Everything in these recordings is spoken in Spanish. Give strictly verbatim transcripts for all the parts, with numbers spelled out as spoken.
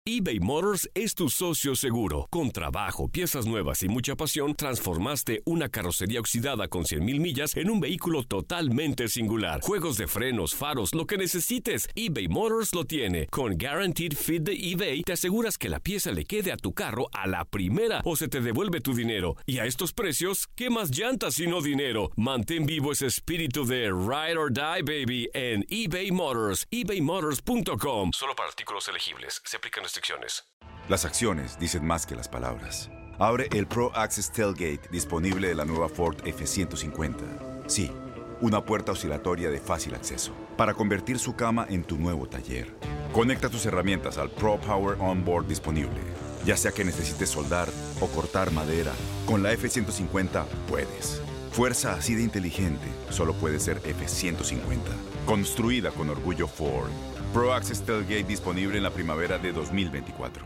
eBay Motors es tu socio seguro. Con trabajo, piezas nuevas y mucha pasión, transformaste una carrocería oxidada con cien mil millas en un vehículo totalmente singular. Juegos de frenos, faros, lo que necesites, eBay Motors lo tiene. Con Guaranteed Fit de eBay, te aseguras que la pieza le quede a tu carro a la primera o se te devuelve tu dinero. Y a estos precios, ¿qué más llantas sino dinero? Mantén vivo ese espíritu de Ride or Die, baby, en eBay Motors. ebay motors punto com. Solo para artículos elegibles. Se aplican restricciones. Las acciones dicen más que las palabras. Abre el Pro Access Tailgate disponible de la nueva Ford F ciento cincuenta. Sí, una puerta oscilatoria de fácil acceso para convertir su cama en tu nuevo taller. Conecta tus herramientas al Pro Power Onboard disponible. Ya sea que necesites soldar o cortar madera, con la F ciento cincuenta puedes. Fuerza así de inteligente solo puede ser F ciento cincuenta. Construida con orgullo Ford. Pro Access Tailgate disponible en la primavera de dos mil veinticuatro.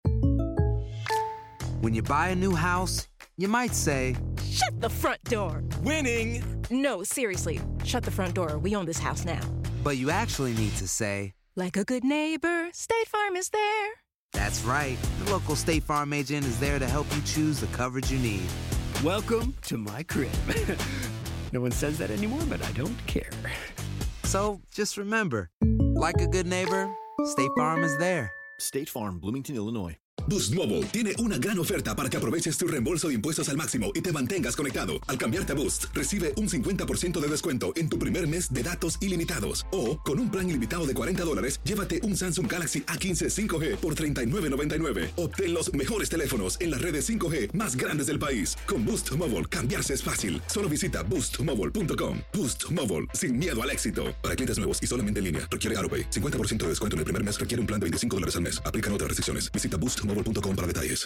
When you buy a new house, you might say, "Shut the front door." Winning! No, seriously. Shut the front door. We own this house now. But you actually need to say, like a good neighbor, State Farm is there. That's right. The local State Farm agent is there to help you choose the coverage you need. Welcome to my crib. No one says that anymore, but I don't care. So just remember, like a good neighbor, State Farm is there. State Farm, Bloomington, Illinois. Boost Mobile tiene una gran oferta para que aproveches tu reembolso de impuestos al máximo y te mantengas conectado. Al cambiarte a Boost, recibe un cincuenta por ciento de descuento en tu primer mes de datos ilimitados. O, con un plan ilimitado de cuarenta dólares, llévate un Samsung Galaxy A quince cinco G por treinta y nueve noventa y nueve. Obtén los mejores teléfonos en las redes cinco G más grandes del país. Con Boost Mobile, cambiarse es fácil. Solo visita boost mobile punto com. Boost Mobile, sin miedo al éxito. Para clientes nuevos y solamente en línea, requiere AutoPay. cincuenta por ciento de descuento en el primer mes requiere un plan de veinticinco dólares al mes. Aplican otras restricciones. Visita boost mobile punto com para detalles.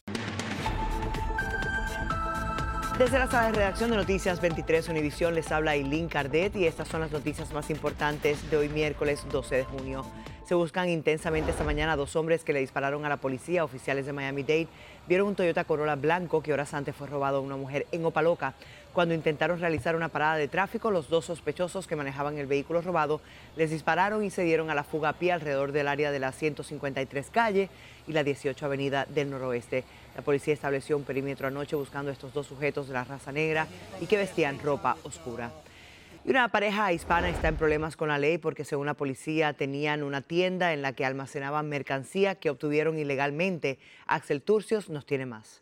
Desde la sala de redacción de Noticias veintitrés Univisión les habla Eileen Cardet y estas son las noticias más importantes de hoy miércoles doce de junio. Se buscan intensamente esta mañana a dos hombres que le dispararon a la policía. Oficiales de Miami-Dade vieron un Toyota Corolla blanco que horas antes fue robado a una mujer en Opa-locka. Cuando intentaron realizar una parada de tráfico, los dos sospechosos que manejaban el vehículo robado les dispararon y se dieron a la fuga a pie alrededor del área de la ciento cincuenta y tres calle y la dieciocho avenida del noroeste. La policía estableció un perímetro anoche buscando a estos dos sujetos de la raza negra y que vestían ropa oscura. Y una pareja hispana está en problemas con la ley porque, según la policía, tenían una tienda en la que almacenaban mercancía que obtuvieron ilegalmente. Axel Turcios nos tiene más.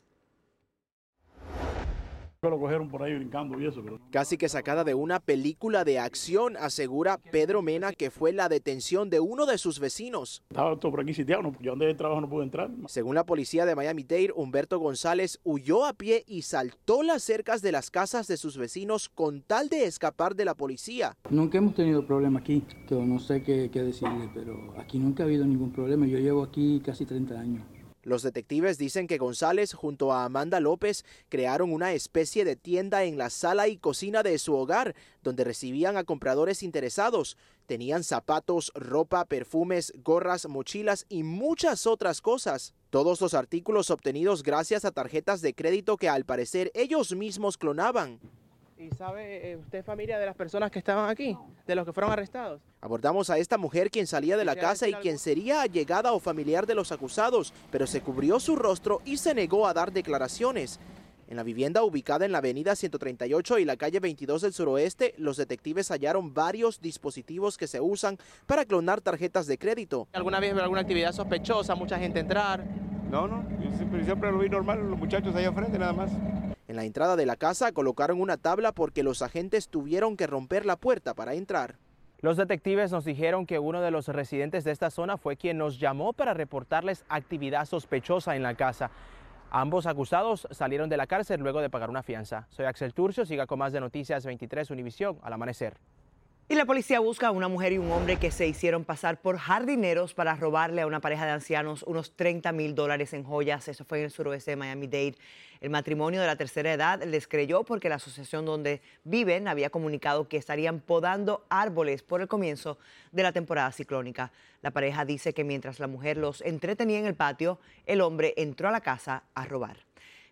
Lo cogieron por ahí brincando y eso. Pero... Casi que sacada de una película de acción, asegura Pedro Mena que fue la detención de uno de sus vecinos. Estaba todo por aquí sitiado, no, yo donde trabajo no pude entrar. Según la policía de Miami-Dade, Humberto González huyó a pie y saltó las cercas de las casas de sus vecinos con tal de escapar de la policía. Nunca hemos tenido problema aquí, que no sé qué, qué decirle, pero aquí nunca ha habido ningún problema. Yo llevo aquí casi treinta años. Los detectives dicen que González junto a Amanda López crearon una especie de tienda en la sala y cocina de su hogar, donde recibían a compradores interesados. Tenían zapatos, ropa, perfumes, gorras, mochilas y muchas otras cosas. Todos los artículos obtenidos gracias a tarjetas de crédito que al parecer ellos mismos clonaban. ¿Y sabe, eh, usted es familia de las personas que estaban aquí, de los que fueron arrestados? Abordamos a esta mujer quien salía de la casa y quien sería allegada o familiar de los acusados, pero se cubrió su rostro y se negó a dar declaraciones. En la vivienda ubicada en la avenida ciento treinta y ocho y la calle veintidós del suroeste, los detectives hallaron varios dispositivos que se usan para clonar tarjetas de crédito. ¿Alguna vez vio alguna actividad sospechosa, mucha gente entrar? No, no, yo siempre, siempre lo vi normal, los muchachos allá enfrente nada más. En la entrada de la casa colocaron una tabla porque los agentes tuvieron que romper la puerta para entrar. Los detectives nos dijeron que uno de los residentes de esta zona fue quien nos llamó para reportarles actividad sospechosa en la casa. Ambos acusados salieron de la cárcel luego de pagar una fianza. Soy Axel Turcio, siga con más de Noticias veintitrés Univisión al amanecer. Y la policía busca a una mujer y un hombre que se hicieron pasar por jardineros para robarle a una pareja de ancianos unos treinta mil dólares en joyas. Eso fue en el suroeste de Miami-Dade. El matrimonio de la tercera edad les creyó porque la asociación donde viven había comunicado que estarían podando árboles por el comienzo de la temporada ciclónica. La pareja dice que mientras la mujer los entretenía en el patio, el hombre entró a la casa a robar.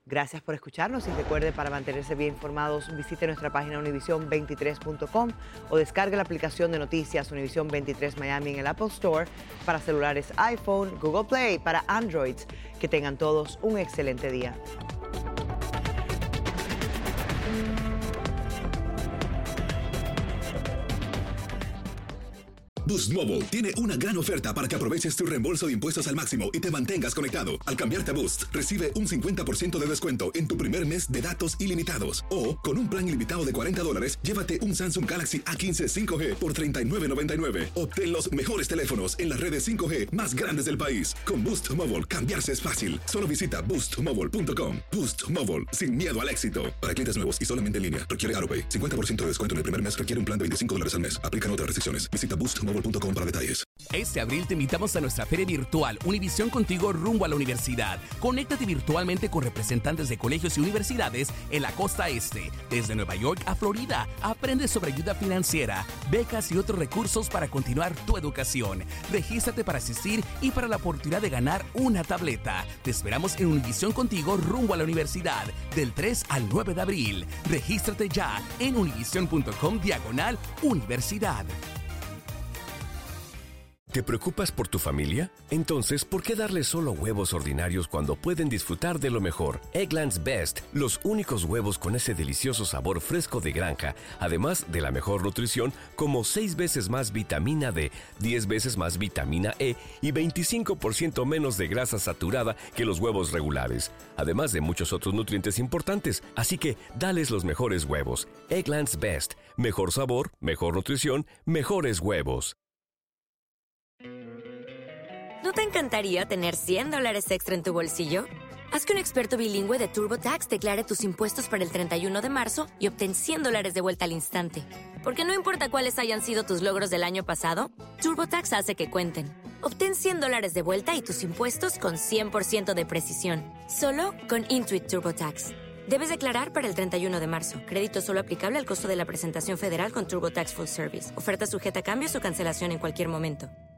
Gracias por escucharnos y recuerde, para mantenerse bien informados, visite nuestra página univision veintitrés punto com o descargue la aplicación de noticias Univision veintitrés Miami en el Apple Store para celulares iPhone, Google Play para Androids. Que tengan todos un excelente día. Boost Mobile tiene una gran oferta para que aproveches tu reembolso de impuestos al máximo y te mantengas conectado. Al cambiarte a Boost, recibe un cincuenta por ciento de descuento en tu primer mes de datos ilimitados. O, con un plan ilimitado de cuarenta dólares, llévate un Samsung Galaxy A quince cinco G por treinta y nueve noventa y nueve. Obtén los mejores teléfonos en las redes cinco G más grandes del país. Con Boost Mobile, cambiarse es fácil. Solo visita boost mobile punto com. Boost Mobile, sin miedo al éxito. Para clientes nuevos y solamente en línea, requiere AutoPay. cincuenta por ciento de descuento en el primer mes, requiere un plan de veinticinco dólares al mes. Aplican otras restricciones. Visita boost mobile punto com para detalles. Este abril te invitamos a nuestra feria virtual Univision Contigo rumbo a la universidad. Conéctate virtualmente con representantes de colegios y universidades en la costa este, desde Nueva York a Florida. Aprende sobre ayuda financiera, becas y otros recursos para continuar tu educación. Regístrate para asistir y para la oportunidad de ganar una tableta. Te esperamos en Univision Contigo rumbo a la universidad del tres al nueve de abril. Regístrate ya en univision punto com diagonal universidad. ¿Te preocupas por tu familia? Entonces, ¿por qué darles solo huevos ordinarios cuando pueden disfrutar de lo mejor? Eggland's Best, los únicos huevos con ese delicioso sabor fresco de granja, además de la mejor nutrición, como seis veces más vitamina D, diez veces más vitamina E y veinticinco por ciento menos de grasa saturada que los huevos regulares, además de muchos otros nutrientes importantes. Así que, dales los mejores huevos. Eggland's Best, mejor sabor, mejor nutrición, mejores huevos. ¿No te encantaría tener cien dólares extra en tu bolsillo? Haz que un experto bilingüe de TurboTax declare tus impuestos para el treinta y uno de marzo y obtén cien dólares de vuelta al instante. Porque no importa cuáles hayan sido tus logros del año pasado, TurboTax hace que cuenten. Obtén cien dólares de vuelta y tus impuestos con cien por ciento de precisión. Solo con Intuit TurboTax. Debes declarar para el treinta y uno de marzo. Crédito solo aplicable al costo de la presentación federal con TurboTax Full Service. Oferta sujeta a cambios o cancelación en cualquier momento.